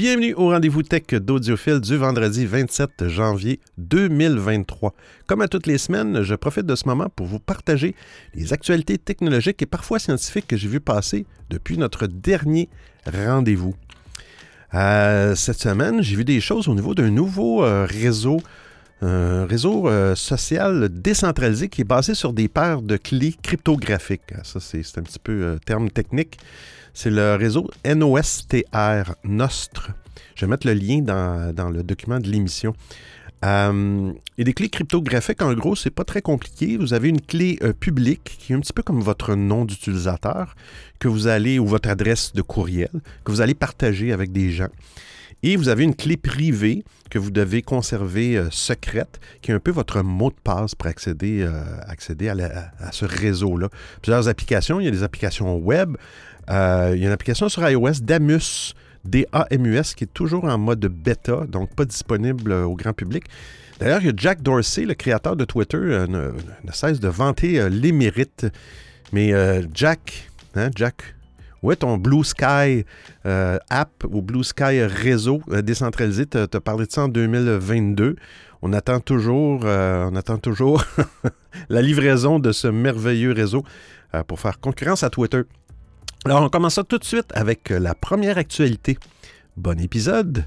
Bienvenue au rendez-vous tech d'Audiophile du vendredi 27 janvier 2023. Comme à toutes les semaines, je profite de ce moment pour vous partager les actualités technologiques et parfois scientifiques que j'ai vu passer depuis notre dernier rendez-vous. Cette semaine, j'ai vu des choses au niveau d'un nouveau réseau social décentralisé qui est basé sur des paires de clés cryptographiques. Ça, c'est un petit peu terme technique. C'est le réseau NOSTR, Nostr. Je vais mettre le lien dans le document de l'émission. Et des clés cryptographiques, en gros, c'est pas très compliqué. Vous avez une clé publique qui est un petit peu comme votre nom d'utilisateur que vous allez, ou votre adresse de courriel, que vous allez partager avec des gens. Et vous avez une clé privée que vous devez conserver secrète, qui est un peu votre mot de passe pour accéder à ce réseau-là. Plusieurs applications. Il y a des applications web. Il y a une application sur iOS, Damus, D-A-M-U-S, qui est toujours en mode bêta, donc pas disponible au grand public. D'ailleurs, il y a Jack Dorsey, le créateur de Twitter, ne cesse de vanter les mérites. Mais Jack, où est ton Blue Sky app ou Blue Sky réseau décentralisé? Tu as parlé de ça en 2022. On attend toujours la livraison de ce merveilleux réseau pour faire concurrence à Twitter. Alors, on commence ça tout de suite avec la première actualité. Bon épisode!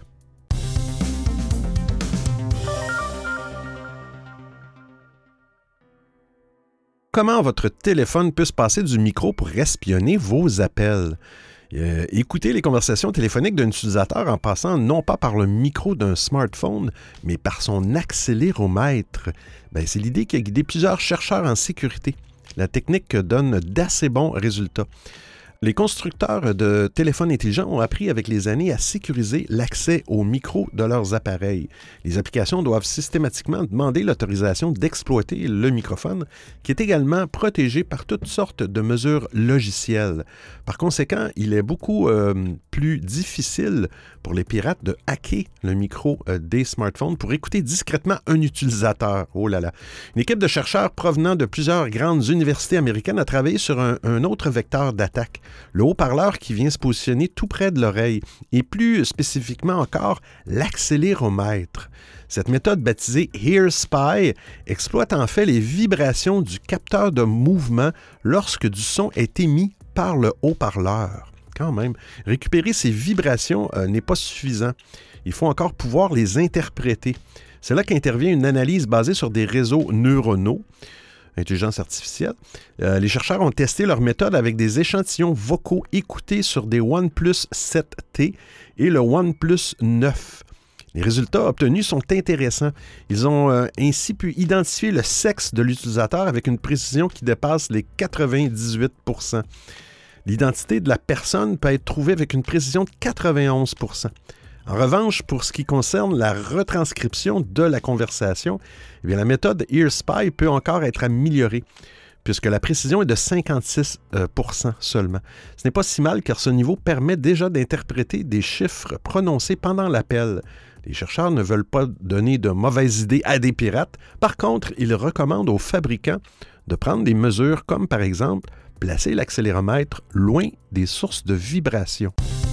Comment votre téléphone peut se passer du micro pour espionner vos appels? Écoutez les conversations téléphoniques d'un utilisateur en passant non pas par le micro d'un smartphone, mais par son accéléromètre. C'est l'idée qui a guidé plusieurs chercheurs en sécurité. La technique donne d'assez bons résultats. Les constructeurs de téléphones intelligents ont appris avec les années à sécuriser l'accès au micro de leurs appareils. Les applications doivent systématiquement demander l'autorisation d'exploiter le microphone, qui est également protégé par toutes sortes de mesures logicielles. Par conséquent, il est beaucoup plus difficile pour les pirates de hacker le micro des smartphones pour écouter discrètement un utilisateur. Oh là là! Une équipe de chercheurs provenant de plusieurs grandes universités américaines a travaillé sur un autre vecteur d'attaque. Le haut-parleur qui vient se positionner tout près de l'oreille et plus spécifiquement encore l'accéléromètre. Cette méthode baptisée HearSpy exploite en fait les vibrations du capteur de mouvement lorsque du son est émis par le haut-parleur. Quand même, récupérer ces vibrations n'est pas suffisant. Il faut encore pouvoir les interpréter. C'est là qu'intervient une analyse basée sur des réseaux neuronaux. Intelligence artificielle. Les chercheurs ont testé leur méthode avec des échantillons vocaux écoutés sur des OnePlus 7T et le OnePlus 9. Les résultats obtenus sont intéressants. Ils ont ainsi pu identifier le sexe de l'utilisateur avec une précision qui dépasse les 98%. L'identité de la personne peut être trouvée avec une précision de 91%. En revanche, pour ce qui concerne la retranscription de la conversation, la méthode HearSpy peut encore être améliorée, puisque la précision est de 56% seulement. Ce n'est pas si mal car ce niveau permet déjà d'interpréter des chiffres prononcés pendant l'appel. Les chercheurs ne veulent pas donner de mauvaises idées à des pirates. Par contre, ils recommandent aux fabricants de prendre des mesures comme, par exemple, placer l'accéléromètre loin des sources de vibration.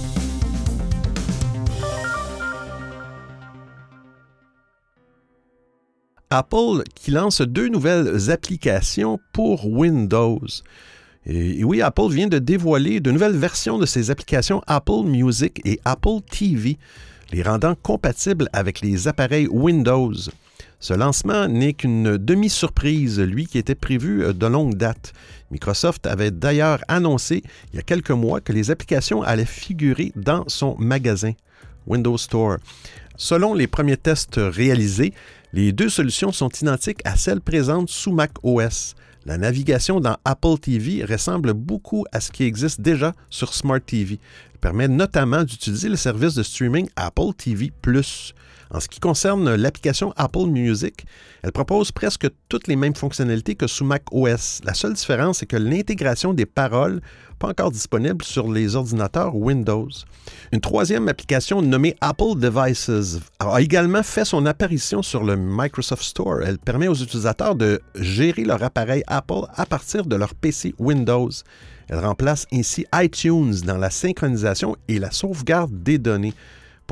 Apple qui lance 2 nouvelles applications pour Windows. Et oui, Apple vient de dévoiler de nouvelles versions de ses applications Apple Music et Apple TV, les rendant compatibles avec les appareils Windows. Ce lancement n'est qu'une demi-surprise, lui qui était prévu de longue date. Microsoft avait d'ailleurs annoncé il y a quelques mois que les applications allaient figurer dans son magasin Windows Store. Selon les premiers tests réalisés, les 2 solutions sont identiques à celles présentes sous Mac OS. La navigation dans Apple TV ressemble beaucoup à ce qui existe déjà sur Smart TV. Elle permet notamment d'utiliser le service de streaming Apple TV+. En ce qui concerne l'application Apple Music, elle propose presque toutes les mêmes fonctionnalités que sous Mac OS. La seule différence, c'est que l'intégration des paroles n'est pas encore disponible sur les ordinateurs Windows. Une troisième application nommée Apple Devices a également fait son apparition sur le Microsoft Store. Elle permet aux utilisateurs de gérer leur appareil Apple à partir de leur PC Windows. Elle remplace ainsi iTunes dans la synchronisation et la sauvegarde des données.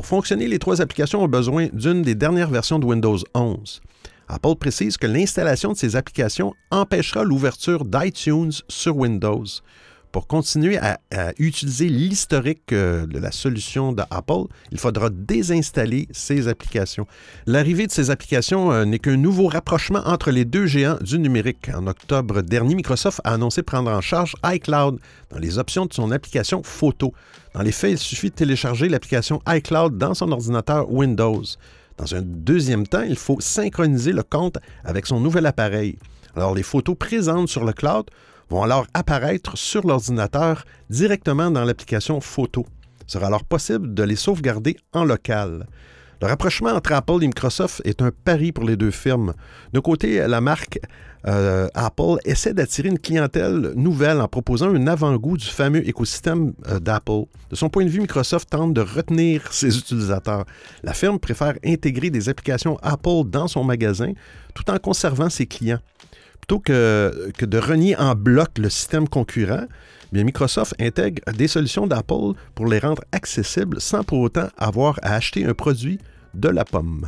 Pour fonctionner, les 3 applications ont besoin d'une des dernières versions de Windows 11. Apple précise que l'installation de ces applications empêchera l'ouverture d'iTunes sur Windows. Pour continuer à utiliser l'historique de la solution d'Apple, il faudra désinstaller ces applications. L'arrivée de ces applications n'est qu'un nouveau rapprochement entre les 2 géants du numérique. En octobre dernier, Microsoft a annoncé prendre en charge iCloud dans les options de son application Photo. Dans les faits, il suffit de télécharger l'application iCloud dans son ordinateur Windows. Dans un deuxième temps, il faut synchroniser le compte avec son nouvel appareil. Alors, les photos présentes sur le cloud vont alors apparaître sur l'ordinateur directement dans l'application Photo. Il sera alors possible de les sauvegarder en local. Le rapprochement entre Apple et Microsoft est un pari pour les 2 firmes. D'un côté, la marque Apple essaie d'attirer une clientèle nouvelle en proposant un avant-goût du fameux écosystème d'Apple. De son point de vue, Microsoft tente de retenir ses utilisateurs. La firme préfère intégrer des applications Apple dans son magasin tout en conservant ses clients. Plutôt que de renier en bloc le système concurrent, bien Microsoft intègre des solutions d'Apple pour les rendre accessibles sans pour autant avoir à acheter un produit de la pomme.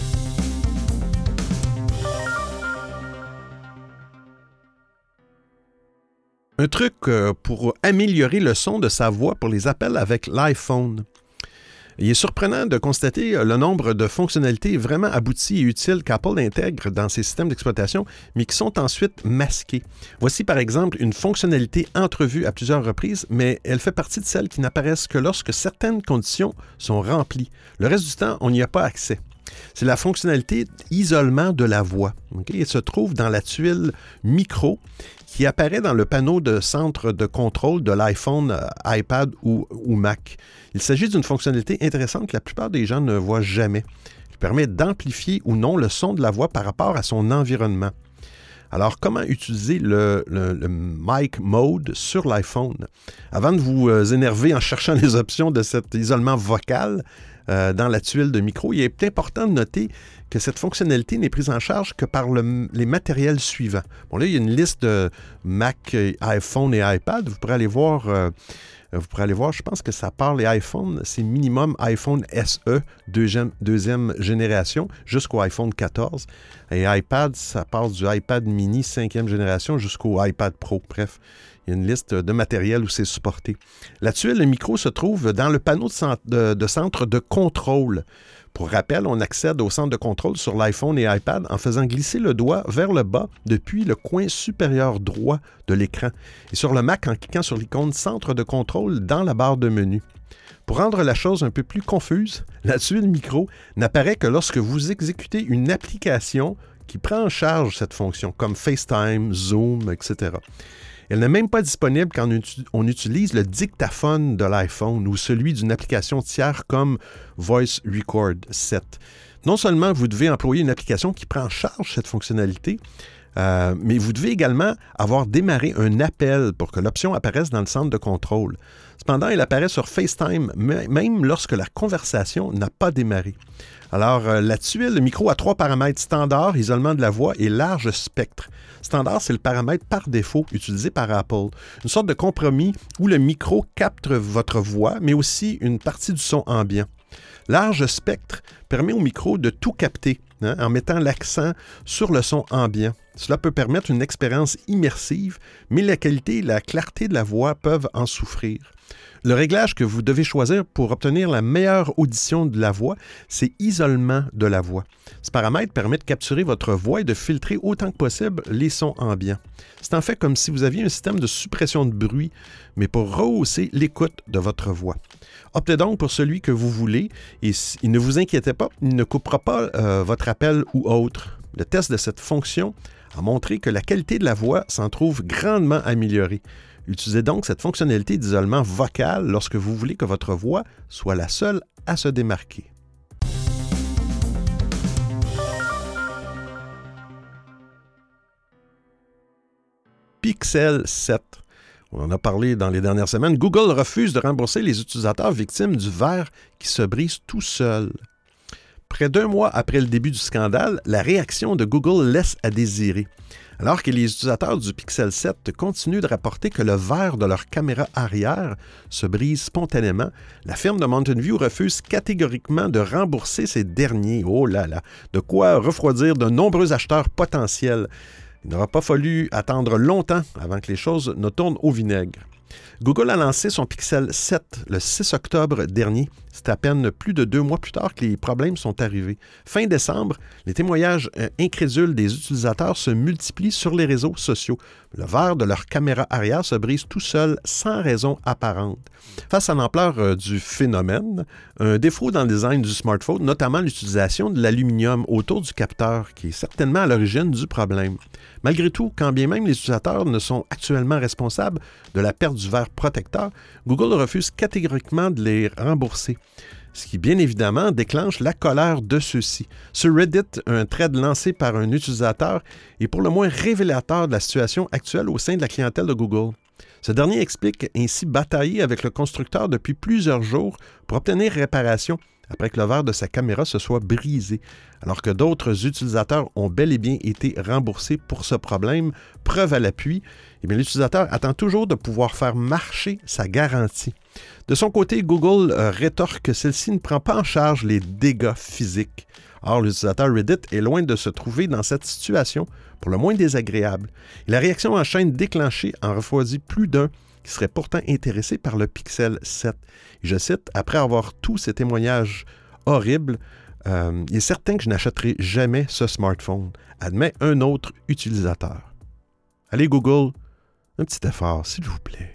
Un truc pour améliorer le son de sa voix pour les appels avec l'iPhone. Il est surprenant de constater le nombre de fonctionnalités vraiment abouties et utiles qu'Apple intègre dans ses systèmes d'exploitation, mais qui sont ensuite masquées. Voici par exemple une fonctionnalité entrevue à plusieurs reprises, mais elle fait partie de celles qui n'apparaissent que lorsque certaines conditions sont remplies. Le reste du temps, on n'y a pas accès. C'est la fonctionnalité isolement de la voix. Okay? Elle se trouve dans la tuile micro qui apparaît dans le panneau de centre de contrôle de l'iPhone, iPad ou Mac. Il s'agit d'une fonctionnalité intéressante que la plupart des gens ne voient jamais. Il permet d'amplifier ou non le son de la voix par rapport à son environnement. Alors, comment utiliser le mic mode sur l'iPhone? Avant de vous énerver en cherchant les options de cet isolement vocal dans la tuile de micro, il est important de noter que cette fonctionnalité n'est prise en charge que par les matériels suivants. Bon, là, il y a une liste de Mac, iPhone et iPad. Vous pourrez aller voir, je pense que ça part les iPhones, c'est minimum iPhone SE, deuxième génération, jusqu'au iPhone 14. Et iPad, ça part du iPad mini 5e génération jusqu'au iPad Pro. Bref, il y a une liste de matériel où c'est supporté. La tuile de micro se trouve dans le panneau de centre de contrôle. Pour rappel, on accède au centre de contrôle sur l'iPhone et iPad en faisant glisser le doigt vers le bas depuis le coin supérieur droit de l'écran et sur le Mac en cliquant sur l'icône centre de contrôle dans la barre de menu. Pour rendre la chose un peu plus confuse, la tuile micro n'apparaît que lorsque vous exécutez une application qui prend en charge cette fonction, comme FaceTime, Zoom, etc. Elle n'est même pas disponible quand on utilise le dictaphone de l'iPhone ou celui d'une application tiers comme Voice Record 7. Non seulement vous devez employer une application qui prend en charge cette fonctionnalité, mais vous devez également avoir démarré un appel pour que l'option apparaisse dans le centre de contrôle. Cependant, elle apparaît sur FaceTime même lorsque la conversation n'a pas démarré. Alors, la tuile, le micro a 3 paramètres: standard, isolement de la voix et large spectre. Standard, c'est le paramètre par défaut utilisé par Apple. Une sorte de compromis où le micro capte votre voix, mais aussi une partie du son ambiant. Large spectre permet au micro de tout capter, en mettant l'accent sur le son ambiant. Cela peut permettre une expérience immersive, mais la qualité et la clarté de la voix peuvent en souffrir. Le réglage que vous devez choisir pour obtenir la meilleure audition de la voix, c'est isolement de la voix. Ce paramètre permet de capturer votre voix et de filtrer autant que possible les sons ambiants. C'est en fait comme si vous aviez un système de suppression de bruit, mais pour rehausser l'écoute de votre voix. Optez donc pour celui que vous voulez et ne vous inquiétez pas, il ne coupera pas votre appel ou autre. Le test de cette fonction a montré que la qualité de la voix s'en trouve grandement améliorée. Utilisez donc cette fonctionnalité d'isolement vocal lorsque vous voulez que votre voix soit la seule à se démarquer. Pixel 7. On en a parlé dans les dernières semaines. Google refuse de rembourser les utilisateurs victimes du verre qui se brise tout seul. Près d'1 mois après le début du scandale, la réaction de Google laisse à désirer. Alors que les utilisateurs du Pixel 7 continuent de rapporter que le verre de leur caméra arrière se brise spontanément, la firme de Mountain View refuse catégoriquement de rembourser ces derniers. Oh là là, de quoi refroidir de nombreux acheteurs potentiels. Il n'aura pas fallu attendre longtemps avant que les choses ne tournent au vinaigre. Google a lancé son Pixel 7 le 6 octobre dernier. C'est à peine plus de 2 mois plus tard que les problèmes sont arrivés. Fin décembre, les témoignages incrédules des utilisateurs se multiplient sur les réseaux sociaux. Le verre de leur caméra arrière se brise tout seul, sans raison apparente. Face à l'ampleur du phénomène, un défaut dans le design du smartphone, notamment l'utilisation de l'aluminium autour du capteur, qui est certainement à l'origine du problème. Malgré tout, quand bien même les utilisateurs ne sont actuellement responsables de la perte du verre protecteur, Google refuse catégoriquement de les rembourser. Ce qui, bien évidemment, déclenche la colère de ceux-ci. Sur Reddit, un thread lancé par un utilisateur est pour le moins révélateur de la situation actuelle au sein de la clientèle de Google. Ce dernier explique ainsi batailler avec le constructeur depuis plusieurs jours pour obtenir réparation après que le verre de sa caméra se soit brisé, alors que d'autres utilisateurs ont bel et bien été remboursés pour ce problème. Preuve à l'appui, l'utilisateur attend toujours de pouvoir faire marcher sa garantie. De son côté, Google rétorque que celle-ci ne prend pas en charge les dégâts physiques. Or, l'utilisateur Reddit est loin de se trouver dans cette situation, pour le moins désagréable. Et la réaction en chaîne déclenchée en refroidit plus d'un qui serait pourtant intéressé par le Pixel 7. Et je cite, « Après avoir tous ces témoignages horribles, il est certain que je n'achèterai jamais ce smartphone », admet un autre utilisateur. Allez Google, un petit effort, s'il vous plaît.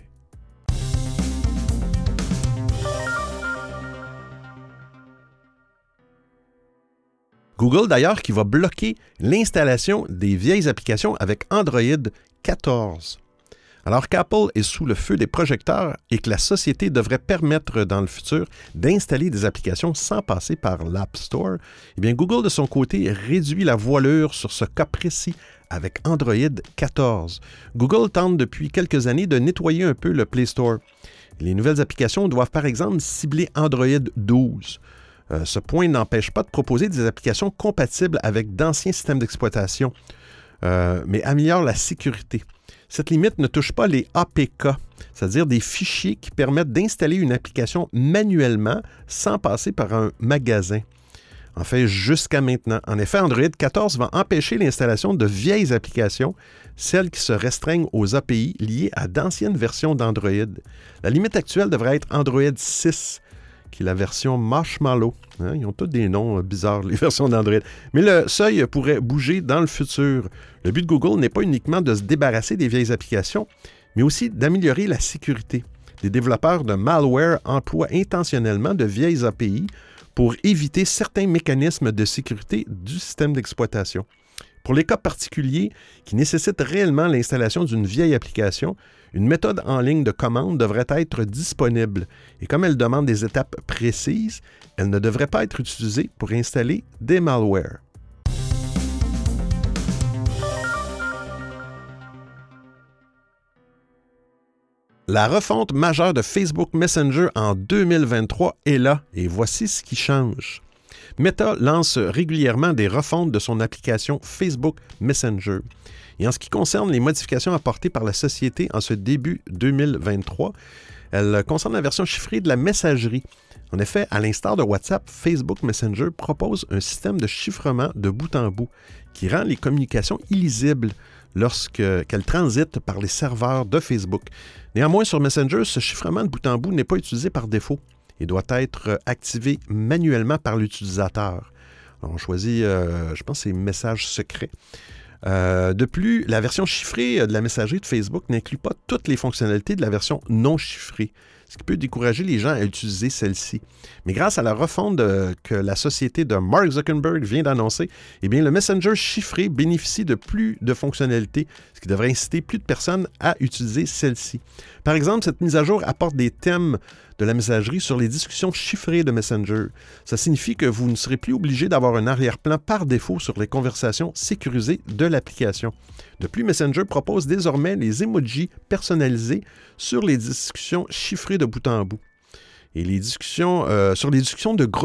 Google, d'ailleurs, qui va bloquer l'installation des vieilles applications avec Android 14. Alors qu'Apple est sous le feu des projecteurs et que la société devrait permettre dans le futur d'installer des applications sans passer par l'App Store, Google, de son côté, réduit la voilure sur ce cas précis avec Android 14. Google tente depuis quelques années de nettoyer un peu le Play Store. Les nouvelles applications doivent par exemple cibler Android 12. Ce point n'empêche pas de proposer des applications compatibles avec d'anciens systèmes d'exploitation, mais améliore la sécurité. Cette limite ne touche pas les APK, c'est-à-dire des fichiers qui permettent d'installer une application manuellement sans passer par un magasin. En fait, jusqu'à maintenant. En effet, Android 14 va empêcher l'installation de vieilles applications, celles qui se restreignent aux API liées à d'anciennes versions d'Android. La limite actuelle devrait être Android 6, qui est la version Marshmallow. Ils ont tous des noms bizarres, les versions d'Android. Mais le seuil pourrait bouger dans le futur. Le but de Google n'est pas uniquement de se débarrasser des vieilles applications, mais aussi d'améliorer la sécurité. Les développeurs de malware emploient intentionnellement de vieilles API pour éviter certains mécanismes de sécurité du système d'exploitation. Pour les cas particuliers qui nécessitent réellement l'installation d'une vieille application, une méthode en ligne de commande devrait être disponible et comme elle demande des étapes précises, elle ne devrait pas être utilisée pour installer des malwares. La refonte majeure de Facebook Messenger en 2023 est là et voici ce qui change. Meta lance régulièrement des refontes de son application Facebook Messenger. Et en ce qui concerne les modifications apportées par la société en ce début 2023, elles concernent la version chiffrée de la messagerie. En effet, à l'instar de WhatsApp, Facebook Messenger propose un système de chiffrement de bout en bout qui rend les communications illisibles lorsqu'elles transitent par les serveurs de Facebook. Néanmoins, sur Messenger, ce chiffrement de bout en bout n'est pas utilisé par défaut et doit être activé manuellement par l'utilisateur. Alors, on choisit, je pense, c'est messages secrets. De plus, la version chiffrée de la messagerie de Facebook n'inclut pas toutes les fonctionnalités de la version non chiffrée, ce qui peut décourager les gens à utiliser celle-ci. Mais grâce à la refonte que la société de Mark Zuckerberg vient d'annoncer, le Messenger chiffré bénéficie de plus de fonctionnalités, ce qui devrait inciter plus de personnes à utiliser celle-ci. Par exemple, cette mise à jour apporte des thèmes de la messagerie sur les discussions chiffrées de Messenger. Ça signifie que vous ne serez plus obligé d'avoir un arrière-plan par défaut sur les conversations sécurisées de l'application. De plus, Messenger propose désormais les emojis personnalisés sur les discussions chiffrées de bout en bout. Et sur les discussions de groupe,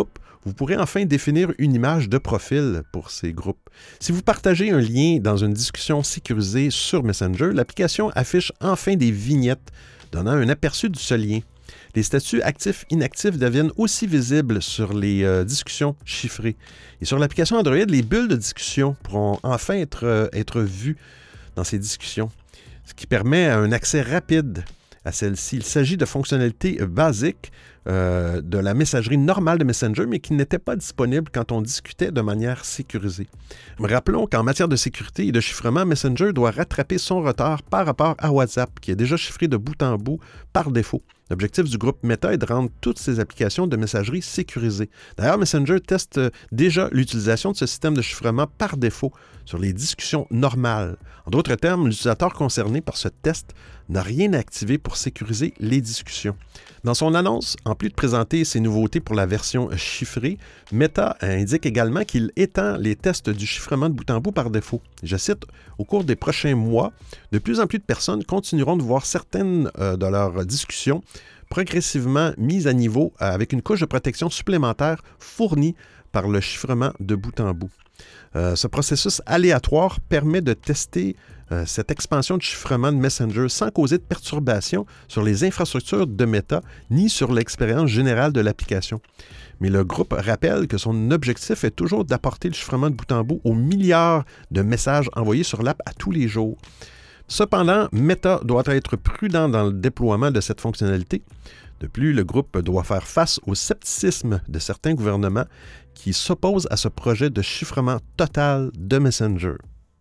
Vous pourrez enfin définir une image de profil pour ces groupes. Si vous partagez un lien dans une discussion sécurisée sur Messenger, l'application affiche enfin des vignettes donnant un aperçu de ce lien. Les statuts actifs-inactifs deviennent aussi visibles sur les discussions chiffrées. Et sur l'application Android, les bulles de discussion pourront enfin être vues dans ces discussions, ce qui permet un accès rapide à celle-ci. Il s'agit de fonctionnalités basiques de la messagerie normale de Messenger, mais qui n'étaient pas disponibles quand on discutait de manière sécurisée. Rappelons qu'en matière de sécurité et de chiffrement, Messenger doit rattraper son retard par rapport à WhatsApp, qui est déjà chiffré de bout en bout par défaut. L'objectif du groupe Meta est de rendre toutes ces applications de messagerie sécurisées. D'ailleurs, Messenger teste déjà l'utilisation de ce système de chiffrement par défaut sur les discussions normales. En d'autres termes, l'utilisateur concerné par ce test n'a rien à activer pour sécuriser les discussions. Dans son annonce, en plus de présenter ses nouveautés pour la version chiffrée, Meta indique également qu'il étend les tests du chiffrement de bout en bout par défaut. Je cite, « Au cours des prochains mois, de plus en plus de personnes continueront de voir certaines de leurs discussions progressivement mises à niveau avec une couche de protection supplémentaire fournie par le chiffrement de bout en bout. Ce processus aléatoire permet de tester cette expansion de chiffrement de Messenger sans causer de perturbations sur les infrastructures de Meta ni sur l'expérience générale de l'application. Mais le groupe rappelle que son objectif est toujours d'apporter le chiffrement de bout en bout aux milliards de messages envoyés sur l'app à tous les jours. Cependant, Meta doit être prudent dans le déploiement de cette fonctionnalité. De plus, le groupe doit faire face au scepticisme de certains gouvernements qui s'opposent à ce projet de chiffrement total de Messenger.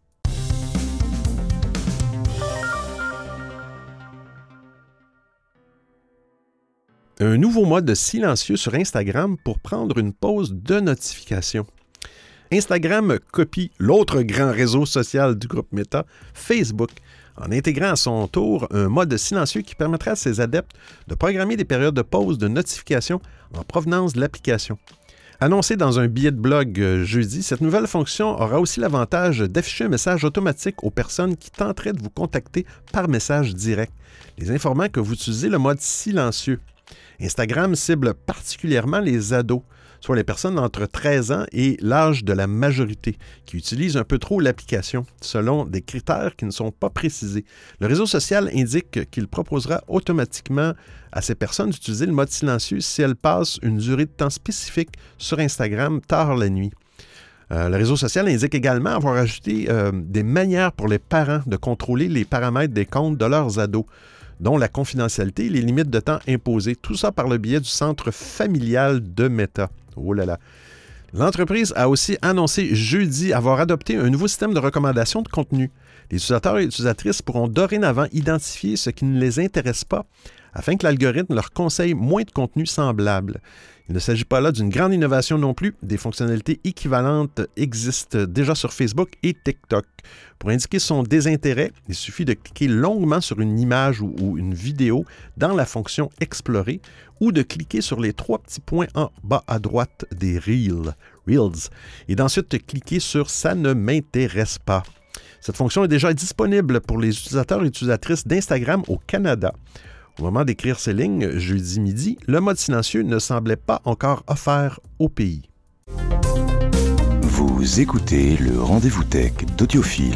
Un nouveau mode silencieux sur Instagram pour prendre une pause de notification. Instagram copie l'autre grand réseau social du groupe Meta, Facebook, en intégrant à son tour un mode silencieux qui permettra à ses adeptes de programmer des périodes de pause de notification en provenance de l'application. Annoncé dans un billet de blog jeudi, cette nouvelle fonction aura aussi l'avantage d'afficher un message automatique aux personnes qui tenteraient de vous contacter par message direct, les informant que vous utilisez le mode silencieux. Instagram cible particulièrement les ados, soit les personnes entre 13 ans et l'âge de la majorité, qui utilisent un peu trop l'application, selon des critères qui ne sont pas précisés. Le réseau social indique qu'il proposera automatiquement à ces personnes d'utiliser le mode silencieux si elles passent une durée de temps spécifique sur Instagram tard la nuit. Le réseau social indique également avoir ajouté des manières pour les parents de contrôler les paramètres des comptes de leurs ados, dont la confidentialité et les limites de temps imposées. Tout ça par le biais du centre familial de Meta. Oh là là! L'entreprise a aussi annoncé jeudi avoir adopté un nouveau système de recommandation de contenu. Les utilisateurs et utilisatrices pourront dorénavant identifier ce qui ne les intéresse pas afin que l'algorithme leur conseille moins de contenu semblable. Il ne s'agit pas là d'une grande innovation non plus. Des fonctionnalités équivalentes existent déjà sur Facebook et TikTok. Pour indiquer son désintérêt, il suffit de cliquer longuement sur une image ou une vidéo dans la fonction Explorer ou de cliquer sur les 3 petits points en bas à droite des Reels, et d'ensuite cliquer sur « Ça ne m'intéresse pas ». Cette fonction est déjà disponible pour les utilisateurs et utilisatrices d'Instagram au Canada. Au moment d'écrire ces lignes, jeudi midi, le mode silencieux ne semblait pas encore offert au pays. Vous écoutez le Rendez-vous Tech d'Audiophile.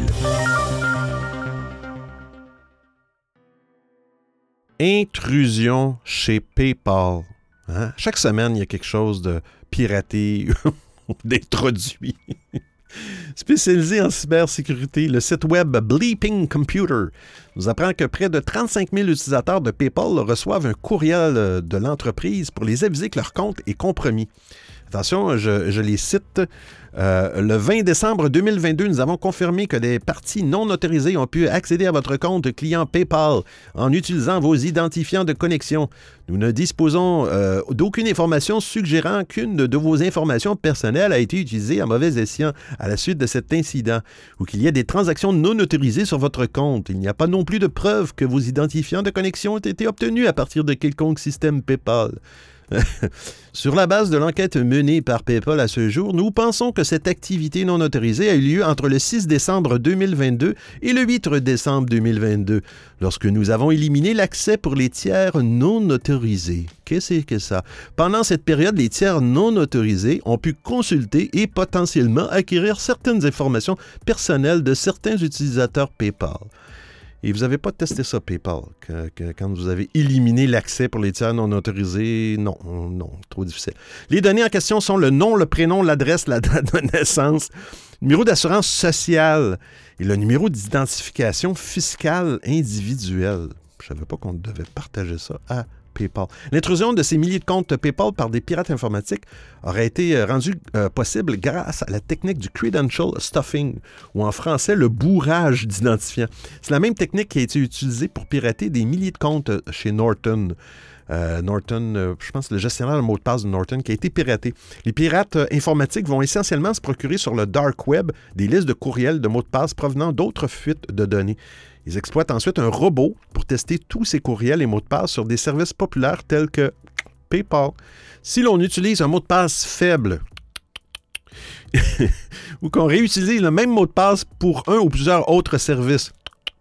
Intrusion chez PayPal. Hein? Chaque semaine, il y a quelque chose de piraté ou d'introduit. Spécialisé en cybersécurité, le site web Bleeping Computer nous apprend que près de 35 000 utilisateurs de PayPal reçoivent un courriel de l'entreprise pour les aviser que leur compte est compromis. Attention, je les cite. Le 20 décembre 2022, nous avons confirmé que des parties non autorisées ont pu accéder à votre compte client PayPal en utilisant vos identifiants de connexion. Nous ne disposons d'aucune information suggérant qu'une de vos informations personnelles a été utilisée à mauvais escient à la suite de cet incident ou qu'il y ait des transactions non autorisées sur votre compte. Il n'y a pas non plus de preuve que vos identifiants de connexion ont été obtenus à partir de quelconque système PayPal. Sur la base de l'enquête menée par PayPal à ce jour, nous pensons que cette activité non autorisée a eu lieu entre le 6 décembre 2022 et le 8 décembre 2022, lorsque nous avons éliminé l'accès pour les tiers non autorisés. Qu'est-ce que ça? Pendant cette période, les tiers non autorisés ont pu consulter et potentiellement acquérir certaines informations personnelles de certains utilisateurs PayPal. Et vous n'avez pas testé ça, PayPal, quand vous avez éliminé l'accès pour les tiers non autorisés. Non, trop difficile. Les données en question sont le nom, le prénom, l'adresse, la date de naissance, le numéro d'assurance sociale et le numéro d'identification fiscale individuelle. Je ne savais pas qu'on devait partager ça à PayPal. L'intrusion de ces milliers de comptes PayPal par des pirates informatiques aurait été rendue possible grâce à la technique du credential stuffing, ou en français, le bourrage d'identifiants. C'est la même technique qui a été utilisée pour pirater des milliers de comptes chez Norton. Je pense le gestionnaire de mot de passe de Norton qui a été piraté. Les pirates informatiques vont essentiellement se procurer sur le dark web des listes de courriels de mots de passe provenant d'autres fuites de données. Ils exploitent ensuite un robot pour tester tous ces courriels et mots de passe sur des services populaires tels que PayPal. Si l'on utilise un mot de passe faible ou qu'on réutilise le même mot de passe pour un ou plusieurs autres services,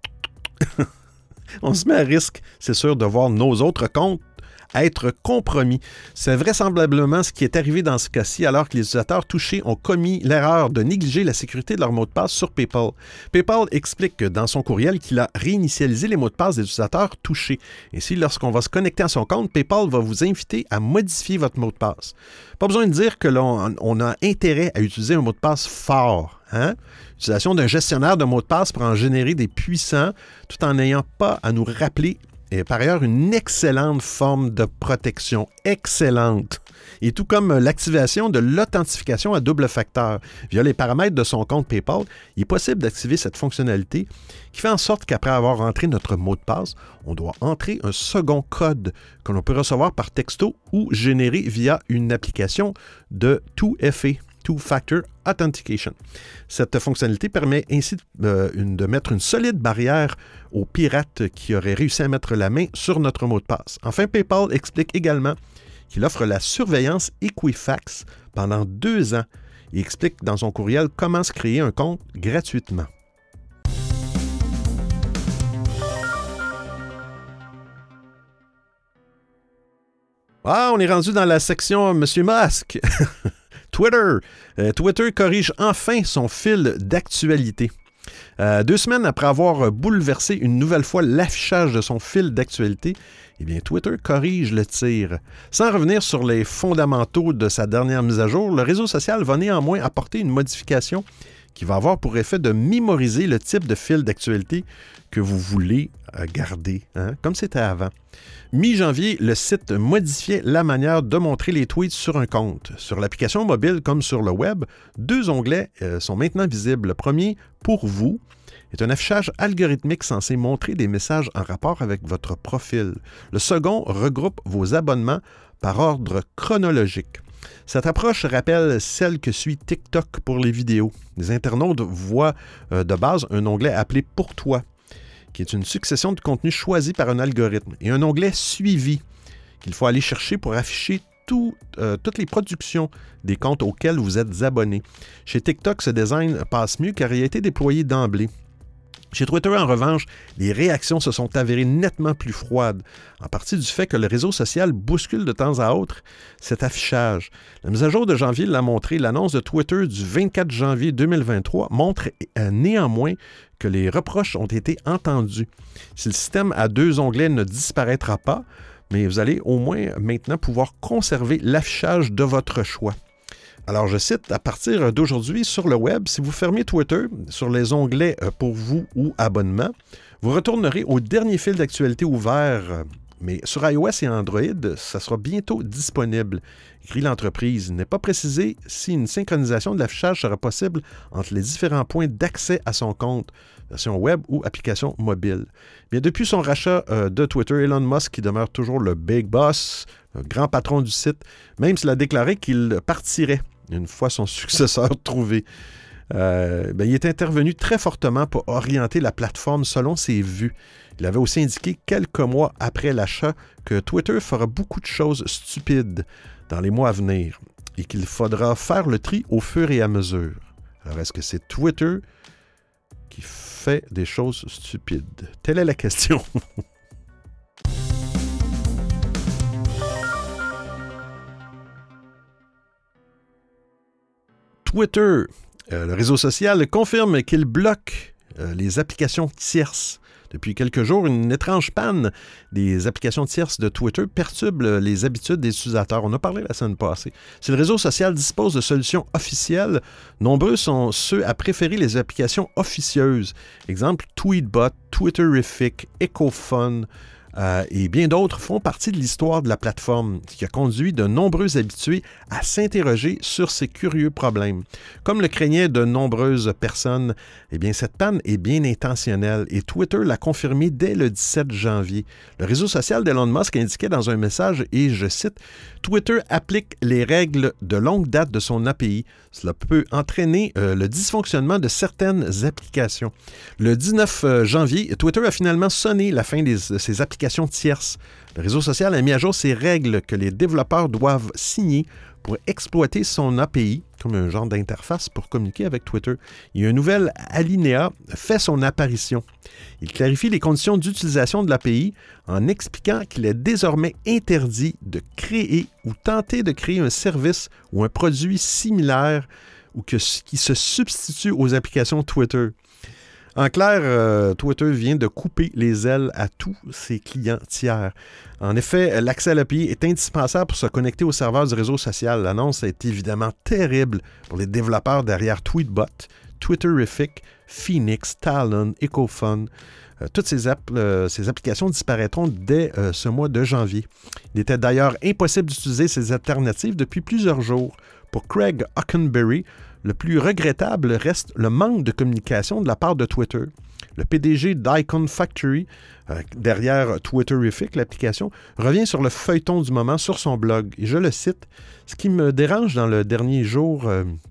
on se met à risque, c'est sûr, de voir nos autres comptes être compromis. C'est vraisemblablement ce qui est arrivé dans ce cas-ci alors que les utilisateurs touchés ont commis l'erreur de négliger la sécurité de leur mot de passe sur PayPal. PayPal explique dans son courriel qu'il a réinitialisé les mots de passe des utilisateurs touchés. Ainsi, lorsqu'on va se connecter à son compte, PayPal va vous inviter à modifier votre mot de passe. Pas besoin de dire que l'on a intérêt à utiliser un mot de passe fort. L'utilisation d'un gestionnaire de mots de passe pour en générer des puissants tout en n'ayant pas à nous rappeler et par ailleurs une excellente forme de protection. Excellente. Et tout comme l'activation de l'authentification à double facteur via les paramètres de son compte PayPal, il est possible d'activer cette fonctionnalité qui fait en sorte qu'après avoir entré notre mot de passe, on doit entrer un second code que l'on peut recevoir par texto ou générer via une application de 2FA. Two-Factor Authentication. Cette fonctionnalité permet ainsi de mettre une solide barrière aux pirates qui auraient réussi à mettre la main sur notre mot de passe. Enfin, PayPal explique également qu'il offre la surveillance Equifax pendant 2 ans. Il explique dans son courriel comment se créer un compte gratuitement. Ah, on est rendu dans la section Monsieur Musk. Twitter corrige enfin son fil d'actualité. 2 semaines après avoir bouleversé une nouvelle fois l'affichage de son fil d'actualité, eh bien, Twitter corrige le tir. Sans revenir sur les fondamentaux de sa dernière mise à jour, le réseau social va néanmoins apporter une modification qui va avoir pour effet de mémoriser le type de fil d'actualité que vous voulez garder, comme c'était avant. Mi-janvier, le site modifiait la manière de montrer les tweets sur un compte. Sur l'application mobile comme sur le web, 2 onglets sont maintenant visibles. Le premier, pour vous, est un affichage algorithmique censé montrer des messages en rapport avec votre profil. Le second regroupe vos abonnements par ordre chronologique. Cette approche rappelle celle que suit TikTok pour les vidéos. Les internautes voient de base un onglet appelé « Pour toi », qui est une succession de contenus choisis par un algorithme, et un onglet « Suivi » qu'il faut aller chercher pour afficher toutes les productions des comptes auxquels vous êtes abonné. Chez TikTok, ce design passe mieux car il a été déployé d'emblée. Chez Twitter, en revanche, les réactions se sont avérées nettement plus froides, en partie du fait que le réseau social bouscule de temps à autre cet affichage. La mise à jour de janvier l'a montré, l'annonce de Twitter du 24 janvier 2023 montre néanmoins que les reproches ont été entendus. Si le système à 2 onglets ne disparaîtra pas, mais vous allez au moins maintenant pouvoir conserver l'affichage de votre choix. Alors, je cite, à partir d'aujourd'hui, sur le web, si vous fermez Twitter sur les onglets pour vous ou abonnement, vous retournerez au dernier fil d'actualité ouvert. Mais sur iOS et Android, ça sera bientôt disponible. Écrit l'entreprise. Il n'est pas précisé si une synchronisation de l'affichage sera possible entre les différents points d'accès à son compte, version web ou application mobile. Bien, depuis son rachat de Twitter, Elon Musk, qui demeure toujours le big boss, le grand patron du site, même s'il a déclaré qu'il partirait une fois son successeur trouvé. il est intervenu très fortement pour orienter la plateforme selon ses vues. Il avait aussi indiqué quelques mois après l'achat que Twitter fera beaucoup de choses stupides dans les mois à venir et qu'il faudra faire le tri au fur et à mesure. Alors, est-ce que c'est Twitter qui fait des choses stupides? Telle est la question. Twitter, le réseau social, confirme qu'il bloque les applications tierces. Depuis quelques jours, une étrange panne des applications tierces de Twitter perturbe les habitudes des utilisateurs. On a parlé la semaine passée. Si le réseau social dispose de solutions officielles, nombreux sont ceux à préférer les applications officieuses. Exemple, Tweetbot, Twitterific, EcoFun et bien d'autres font partie de l'histoire de la plateforme, ce qui a conduit de nombreux habitués à s'interroger sur ces curieux problèmes. Comme le craignaient de nombreuses personnes, eh bien, cette panne est bien intentionnelle et Twitter l'a confirmé dès le 17 janvier. Le réseau social d'Elon Musk indiquait dans un message, et je cite, « Twitter applique les règles de longue date de son API. Cela peut entraîner le dysfonctionnement de certaines applications. » Le 19 janvier, Twitter a finalement sonné la fin de ses applications tierces. Le réseau social a mis à jour ses règles que les développeurs doivent signer pour exploiter son API, comme un genre d'interface pour communiquer avec Twitter. Et un nouvel alinéa fait son apparition. Il clarifie les conditions d'utilisation de l'API en expliquant qu'il est désormais interdit de créer ou tenter de créer un service ou un produit similaire ou qui se substitue aux applications Twitter. En clair, Twitter vient de couper les ailes à tous ses clients tiers. En effet, l'accès à l'API est indispensable pour se connecter aux serveurs du réseau social. L'annonce est évidemment terrible pour les développeurs derrière Tweetbot, Twitterific, Phoenix, Talon, EcoFun. Toutes ces applications disparaîtront dès ce mois de janvier. Il était d'ailleurs impossible d'utiliser ces alternatives depuis plusieurs jours. Pour Craig Hockenberry, le plus regrettable reste le manque de communication de la part de Twitter. Le PDG d'Icon Factory, derrière Twitterific, l'application, revient sur le feuilleton du moment sur son blog. Et je le cite, « Ce qui me dérange dans le dernier jour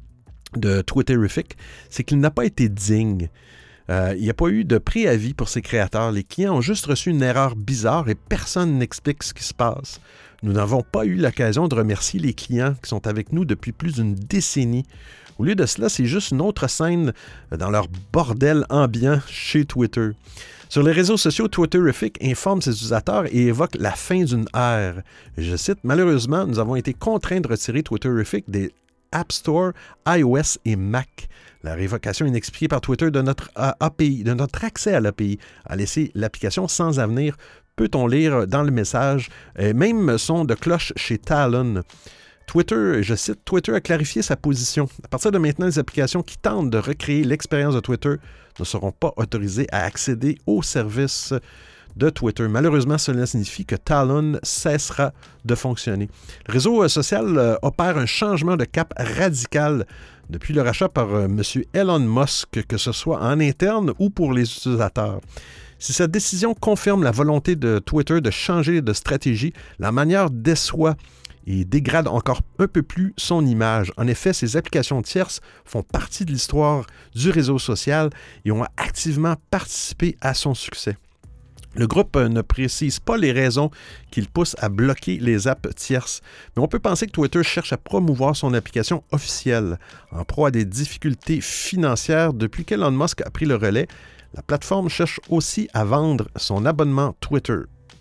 de Twitterific, c'est qu'il n'a pas été digne. Il n'y a pas eu de préavis pour ses créateurs. Les clients ont juste reçu une erreur bizarre et personne n'explique ce qui se passe. Nous n'avons pas eu l'occasion de remercier les clients qui sont avec nous depuis plus d'une décennie. Au lieu de cela, c'est juste une autre scène dans leur bordel ambiant chez Twitter. » Sur les réseaux sociaux, Twitterific informe ses utilisateurs et évoque la fin d'une ère. Je cite, « Malheureusement, nous avons été contraints de retirer Twitterific des App Store, iOS et Mac. La révocation inexpliquée par Twitter de notre API, de notre accès à l'API, a laissé l'application sans avenir. » Peut-on lire dans le message, même son de cloche chez Talon. Twitter, je cite, « Twitter a clarifié sa position. À partir de maintenant, les applications qui tentent de recréer l'expérience de Twitter ne seront pas autorisées à accéder aux services de Twitter. Malheureusement, cela signifie que Talon cessera de fonctionner. » Le réseau social opère un changement de cap radical depuis le rachat par M. Elon Musk, que ce soit en interne ou pour les utilisateurs. Si cette décision confirme la volonté de Twitter de changer de stratégie, la manière déçoit et dégrade encore un peu plus son image. En effet, ces applications tierces font partie de l'histoire du réseau social et ont activement participé à son succès. Le groupe ne précise pas les raisons qui le poussent à bloquer les apps tierces, mais on peut penser que Twitter cherche à promouvoir son application officielle. En proie à des difficultés financières depuis qu'Elon Musk a pris le relais, la plateforme cherche aussi à vendre son abonnement Twitter.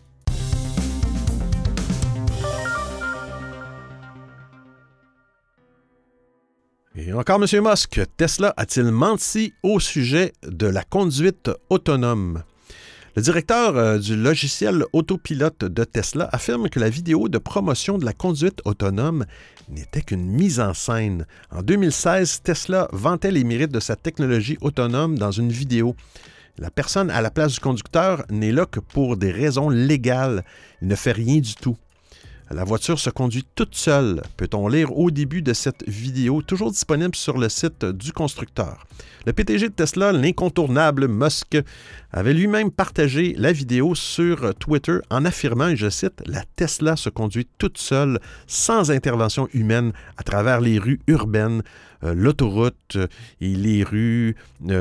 Et encore, M. Musk, Tesla a-t-il menti au sujet de la conduite autonome? Le directeur du logiciel autopilote de Tesla affirme que la vidéo de promotion de la conduite autonome n'était qu'une mise en scène. En 2016, Tesla vantait les mérites de sa technologie autonome dans une vidéo. La personne à la place du conducteur n'est là que pour des raisons légales. Il ne fait rien du tout. La voiture se conduit toute seule, peut-on lire au début de cette vidéo, toujours disponible sur le site du constructeur. Le PDG de Tesla, l'incontournable Musk, avait lui-même partagé la vidéo sur Twitter en affirmant, et je cite, « La Tesla se conduit toute seule, sans intervention humaine, à travers les rues urbaines, l'autoroute et les rues,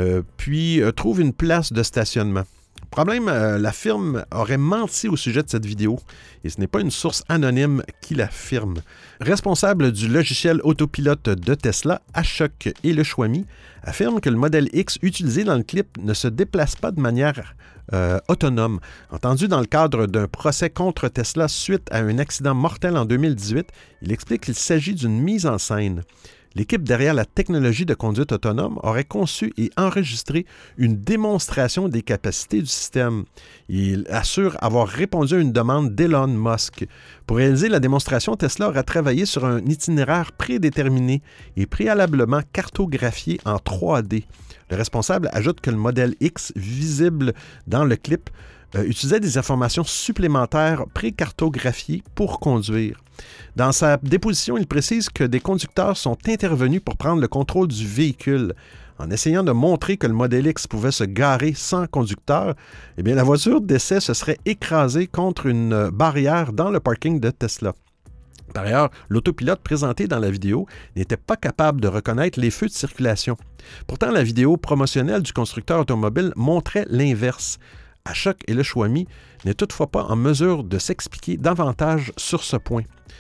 puis trouve une place de stationnement. » Problème, la firme aurait menti au sujet de cette vidéo et ce n'est pas une source anonyme qui l'affirme. Responsable du logiciel autopilote de Tesla, Ashok Eleshwamy, affirme que le modèle X utilisé dans le clip ne se déplace pas de manière autonome. Entendu dans le cadre d'un procès contre Tesla suite à un accident mortel en 2018, il explique qu'il s'agit d'une mise en scène. L'équipe derrière la technologie de conduite autonome aurait conçu et enregistré une démonstration des capacités du système. Il assure avoir répondu à une demande d'Elon Musk. Pour réaliser la démonstration, Tesla aurait travaillé sur un itinéraire prédéterminé et préalablement cartographié en 3D. Le responsable ajoute que le modèle X, visible dans le clip, utilisait des informations supplémentaires précartographiées pour conduire. Dans sa déposition, il précise que des conducteurs sont intervenus pour prendre le contrôle du véhicule. En essayant de montrer que le modèle X pouvait se garer sans conducteur, eh bien, la voiture d'essai se serait écrasée contre une barrière dans le parking de Tesla. Par ailleurs, l'autopilote présenté dans la vidéo n'était pas capable de reconnaître les feux de circulation. Pourtant, la vidéo promotionnelle du constructeur automobile montrait l'inverse. Ashok Eleshwamy n'est toutefois pas en mesure de s'expliquer davantage sur ce point.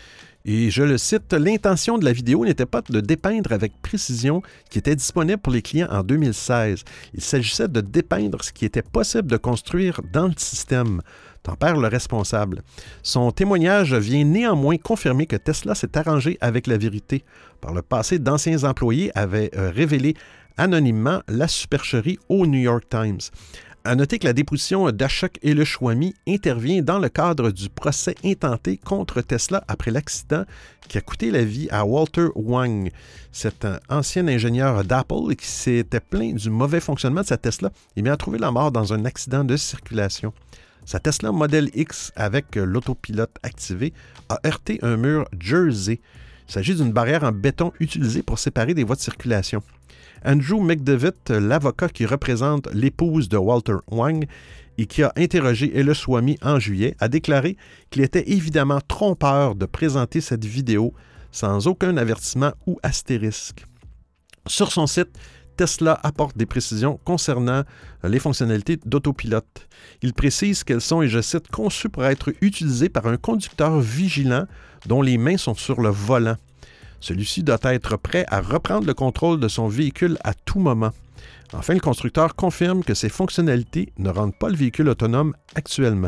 Et je le cite, « L'intention de la vidéo n'était pas de dépeindre avec précision ce qui était disponible pour les clients en 2016. Il s'agissait de dépeindre ce qui était possible de construire dans le système. » Tempère le responsable. Son témoignage vient néanmoins confirmer que Tesla s'est arrangé avec la vérité. Par le passé, d'anciens employés avaient révélé anonymement la supercherie au New York Times. À noter que la déposition d'Ashok Eleshwamy intervient dans le cadre du procès intenté contre Tesla après l'accident qui a coûté la vie à Walter Wang, cet ancien ingénieur d'Apple qui s'était plaint du mauvais fonctionnement de sa Tesla et a trouvé la mort dans un accident de circulation. Sa Tesla Model X avec l'autopilote activé a heurté un mur Jersey. Il s'agit d'une barrière en béton utilisée pour séparer des voies de circulation. Andrew McDevitt, l'avocat qui représente l'épouse de Walter Wang et qui a interrogé Eleshwamy en juillet, a déclaré qu'il était évidemment trompeur de présenter cette vidéo sans aucun avertissement ou astérisque. Sur son site, Tesla apporte des précisions concernant les fonctionnalités d'autopilote. Il précise qu'elles sont, et je cite, « conçues pour être utilisées par un conducteur vigilant dont les mains sont sur le volant. Celui-ci doit être prêt à reprendre le contrôle de son véhicule à tout moment. » Enfin, le constructeur confirme que ces fonctionnalités ne rendent pas le véhicule autonome actuellement.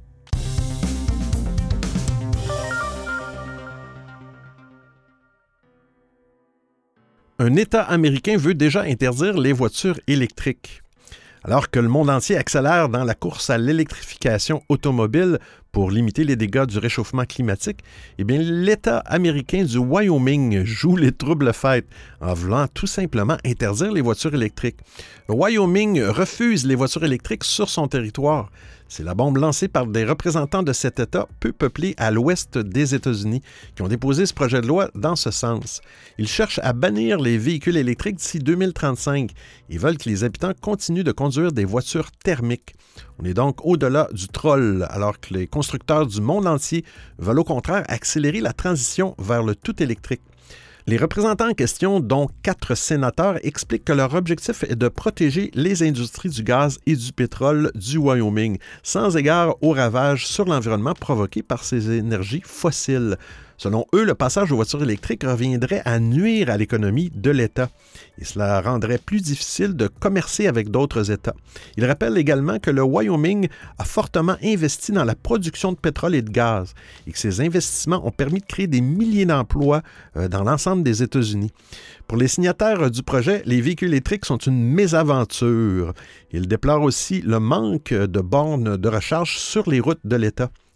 Un État américain veut déjà interdire les voitures électriques. Alors que le monde entier accélère dans la course à l'électrification automobile pour limiter les dégâts du réchauffement climatique, eh bien, l'État américain du Wyoming joue les troubles fêtes en voulant tout simplement interdire les voitures électriques. Le Wyoming refuse les voitures électriques sur son territoire. C'est la bombe lancée par des représentants de cet État peu peuplé à l'ouest des États-Unis qui ont déposé ce projet de loi dans ce sens. Ils cherchent à bannir les véhicules électriques d'ici 2035 et veulent que les habitants continuent de conduire des voitures thermiques. On est donc au-delà du troll, alors que les constructeurs du monde entier veulent au contraire accélérer la transition vers le tout électrique. Les représentants en question, dont 4 sénateurs, expliquent que leur objectif est de protéger les industries du gaz et du pétrole du Wyoming, sans égard aux ravages sur l'environnement provoqués par ces énergies fossiles. Selon eux, le passage aux voitures électriques reviendrait à nuire à l'économie de l'État et cela rendrait plus difficile de commercer avec d'autres États. Ils rappellent également que le Wyoming a fortement investi dans la production de pétrole et de gaz et que ces investissements ont permis de créer des milliers d'emplois dans l'ensemble des États-Unis. Pour les signataires du projet, les véhicules électriques sont une mésaventure. Ils déplorent aussi le manque de bornes de recharge sur les routes de l'État.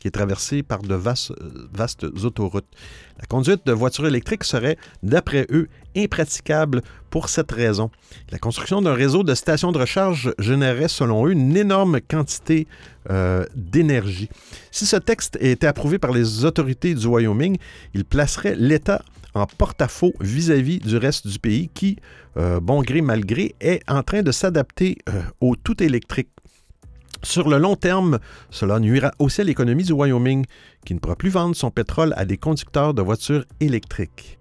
qui est traversée par de vastes autoroutes. La conduite de voitures électriques serait, d'après eux, impraticable pour cette raison. La construction d'un réseau de stations de recharge générerait, selon eux, une énorme quantité d'énergie. Si ce texte était approuvé par les autorités du Wyoming, il placerait l'État en porte-à-faux vis-à-vis du reste du pays qui, bon gré mal gré, est en train de s'adapter au tout électrique. Sur le long terme, cela nuira aussi à l'économie du Wyoming, qui ne pourra plus vendre son pétrole à des conducteurs de voitures électriques.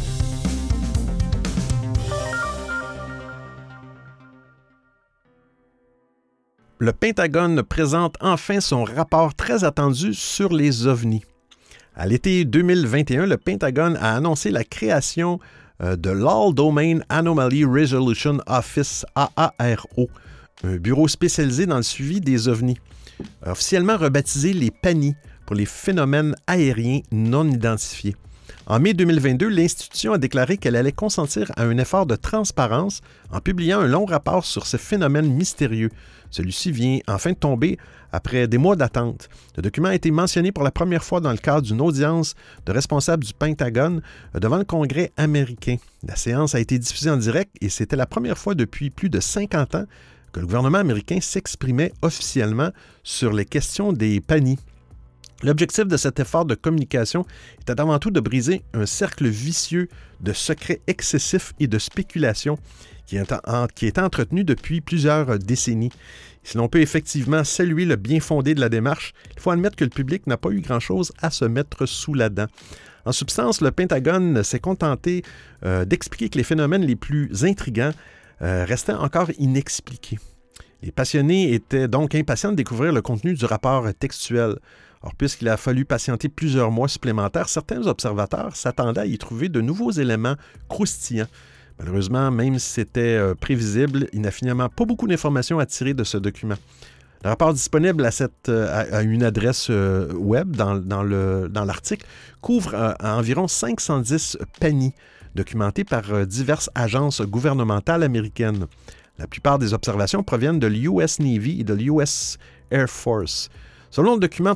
Le Pentagone présente enfin son rapport très attendu sur les ovnis. À l'été 2021, le Pentagone a annoncé la création de l'All Domain Anomaly Resolution Office, AARO, un bureau spécialisé dans le suivi des ovnis, officiellement rebaptisé les PANI pour les phénomènes aériens non identifiés. En mai 2022, l'institution a déclaré qu'elle allait consentir à un effort de transparence en publiant un long rapport sur ces phénomènes mystérieux. Celui-ci vient enfin de tomber après des mois d'attente. Le document a été mentionné pour la première fois dans le cadre d'une audience de responsables du Pentagone devant le Congrès américain. La séance a été diffusée en direct et c'était la première fois depuis plus de 50 ans que le gouvernement américain s'exprimait officiellement sur les questions des PANI. L'objectif de cet effort de communication était avant tout de briser un cercle vicieux de secrets excessifs et de spéculation qui est entretenu depuis plusieurs décennies. Si l'on peut effectivement saluer le bien fondé de la démarche, il faut admettre que le public n'a pas eu grand-chose à se mettre sous la dent. En substance, le Pentagone s'est contenté d'expliquer que les phénomènes les plus intrigants restaient encore inexpliqués. Les passionnés étaient donc impatients de découvrir le contenu du rapport textuel. Or, puisqu'il a fallu patienter plusieurs mois supplémentaires, certains observateurs s'attendaient à y trouver de nouveaux éléments croustillants. Malheureusement, même si c'était prévisible, il n'a finalement pas beaucoup d'informations à tirer de ce document. Le rapport disponible à une adresse web dans l'article couvre environ 510 PANI documentés par diverses agences gouvernementales américaines. La plupart des observations proviennent de l'US Navy et de l'US Air Force. Selon le document,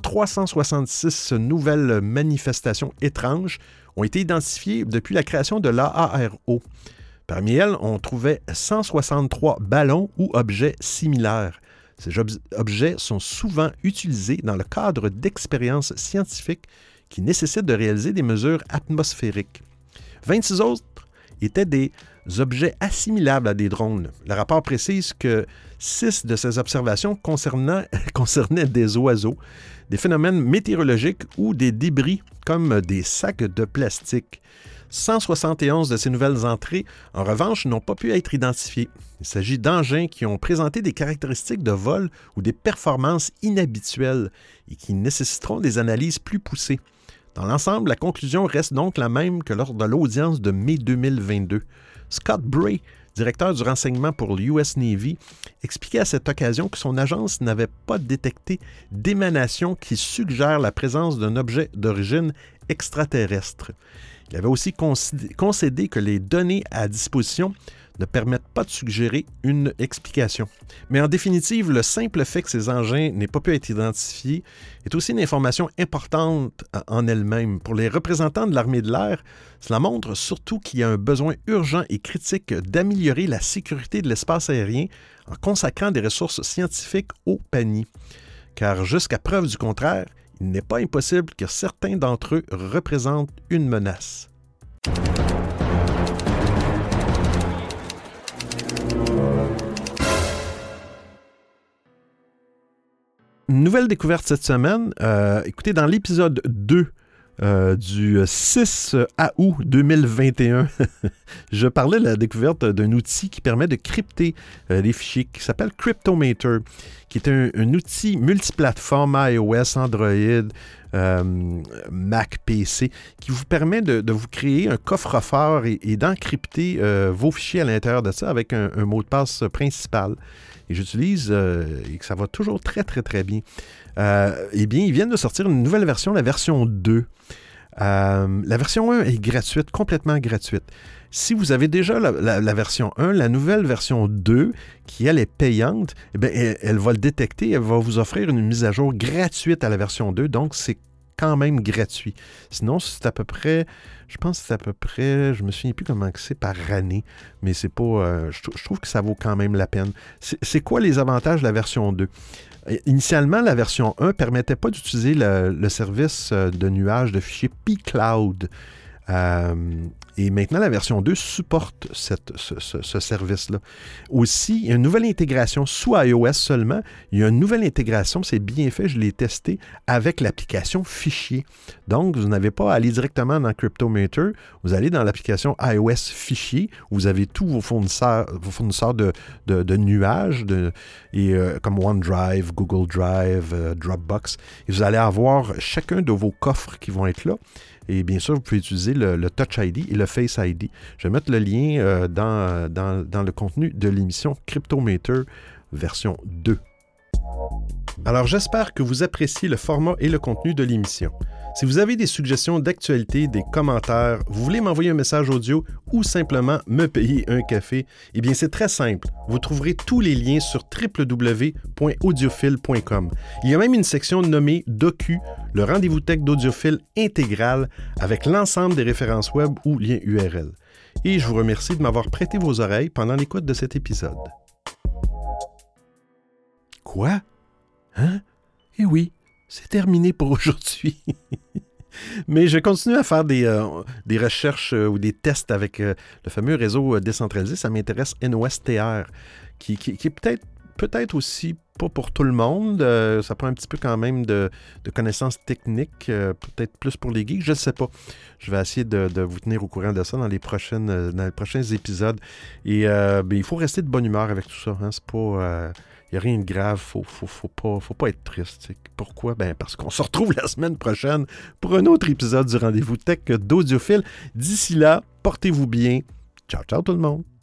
366 nouvelles manifestations étranges ont été identifiées depuis la création de l'AARO. Parmi elles, on trouvait 163 ballons ou objets similaires. Ces objets sont souvent utilisés dans le cadre d'expériences scientifiques qui nécessitent de réaliser des mesures atmosphériques. 26 autres étaient des objets assimilables à des drones. Le rapport précise que 6 de ces observations concernaient des oiseaux, des phénomènes météorologiques ou des débris comme des sacs de plastique. 171 de ces nouvelles entrées, en revanche, n'ont pas pu être identifiées. Il s'agit d'engins qui ont présenté des caractéristiques de vol ou des performances inhabituelles et qui nécessiteront des analyses plus poussées. Dans l'ensemble, la conclusion reste donc la même que lors de l'audience de mai 2022. Scott Bray, directeur du renseignement pour l'US Navy, expliquait à cette occasion que son agence n'avait pas détecté d'émanation qui suggère la présence d'un objet d'origine extraterrestre. Il avait aussi concédé que les données à disposition ne permettent pas de suggérer une explication. Mais en définitive, le simple fait que ces engins n'aient pas pu être identifiés est aussi une information importante en elle-même. Pour les représentants de l'armée de l'air, cela montre surtout qu'il y a un besoin urgent et critique d'améliorer la sécurité de l'espace aérien en consacrant des ressources scientifiques aux PANI. Car jusqu'à preuve du contraire, il n'est pas impossible que certains d'entre eux représentent une menace. Une nouvelle découverte cette semaine. Écoutez, dans l'épisode 2 du 6 août 2021, je parlais de la découverte d'un outil qui permet de crypter les fichiers, qui s'appelle Cryptomator, qui est un outil multiplateforme iOS, Android, Mac, PC, qui vous permet de vous créer un coffre-fort et d'encrypter vos fichiers à l'intérieur de ça avec un mot de passe principal. Et j'utilise et que ça va toujours très, très, très bien. Eh bien, ils viennent de sortir une nouvelle version, la version 2. La version 1 est gratuite, complètement gratuite. Si vous avez déjà la version 1, la nouvelle version 2, qui elle est payante, eh bien, elle va le détecter, elle va vous offrir une mise à jour gratuite à la version 2, donc c'est quand même gratuit. Sinon, c'est à peu près, je pense que c'est à peu près, je me souviens plus comment c'est par année, mais c'est pas, je trouve que ça vaut quand même la peine. C'est quoi les avantages de la version 2? Initialement, la version 1 ne permettait pas d'utiliser le service de nuage de fichiers pCloud. Et maintenant, la version 2 supporte ce service-là. Aussi, il y a une nouvelle intégration sous iOS seulement. Il y a une nouvelle intégration, c'est bien fait, je l'ai testé, avec l'application Fichier. Donc, vous n'avez pas à aller directement dans Cryptometer. Vous allez dans l'application iOS Fichier, où vous avez tous vos fournisseurs de nuages, comme OneDrive, Google Drive, Dropbox. Et vous allez avoir chacun de vos coffres qui vont être là. Et bien sûr, vous pouvez utiliser le Touch ID et le Face ID. Je vais mettre le lien dans le contenu de l'émission Cryptometer version 2. Alors, j'espère que vous appréciez le format et le contenu de l'émission. Si vous avez des suggestions d'actualité, des commentaires, vous voulez m'envoyer un message audio ou simplement me payer un café, eh bien c'est très simple. Vous trouverez tous les liens sur www.audiophile.com. Il y a même une section nommée Docu, le rendez-vous tech d'Audiophile intégral avec l'ensemble des références web ou liens URL. Et je vous remercie de m'avoir prêté vos oreilles pendant l'écoute de cet épisode. Quoi? Hein? Eh oui, c'est terminé pour aujourd'hui. Mais je continue à faire des recherches ou des tests avec le fameux réseau décentralisé. Ça m'intéresse NOSTR, qui est peut-être aussi pas pour tout le monde. Ça prend un petit peu quand même de connaissances techniques, peut-être plus pour les geeks, je ne sais pas. Je vais essayer de vous tenir au courant de ça dans les prochains épisodes. Et il faut rester de bonne humeur avec tout ça. Hein? C'est pas... Il n'y a rien de grave, faut pas être triste. Pourquoi? Parce qu'on se retrouve la semaine prochaine pour un autre épisode du Rendez-vous Tech d'Audiophile. D'ici là, portez-vous bien. Ciao, ciao tout le monde!